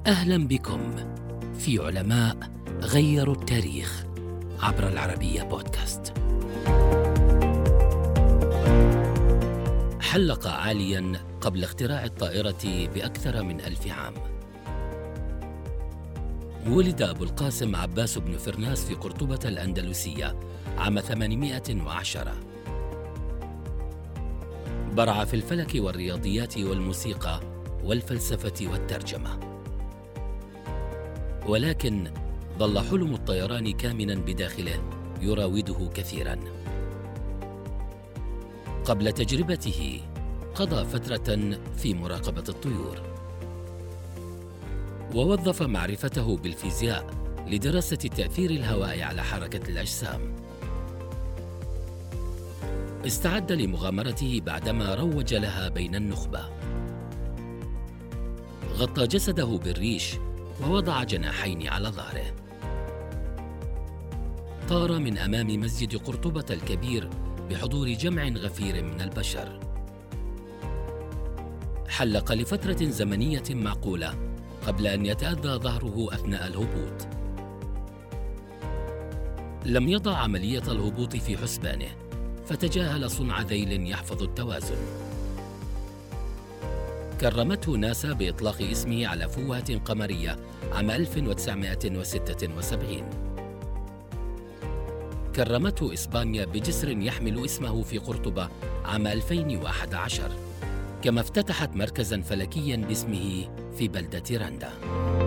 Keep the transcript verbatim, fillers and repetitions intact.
أهلا بكم في علماء غيروا التاريخ عبر العربية بودكاست. حلق عاليا قبل اختراع الطائرة بأكثر من ألف عام. ولد أبو القاسم عباس بن فرناس في قرطبة الأندلسية عام ثمانمائة وعشرة. برع في الفلك والرياضيات والموسيقى والفلسفة والترجمة، ولكن ظل حلم الطيران كامنا بداخله يراوده كثيرا. قبل تجربته قضى فترة في مراقبة الطيور، ووظف معرفته بالفيزياء لدراسة تأثير الهواء على حركة الأجسام. استعد لمغامرته بعدما روج لها بين النخبة. غطى جسده بالريش ووضع جناحين على ظهره. طار من أمام مسجد قرطبة الكبير بحضور جمع غفير من البشر. حلق لفترة زمنية معقولة قبل أن يتأذى ظهره أثناء الهبوط. لم يضع عملية الهبوط في حسبانه، فتجاهل صنع ذيل يحفظ التوازن. كرمته ناسا بإطلاق اسمه على فوهة قمرية عام ألف وتسعمائة وستة وسبعين. كرمته إسبانيا بجسر يحمل اسمه في قرطبة عام ألفين وأحد عشر، كما افتتحت مركزاً فلكياً باسمه في بلدة رندا.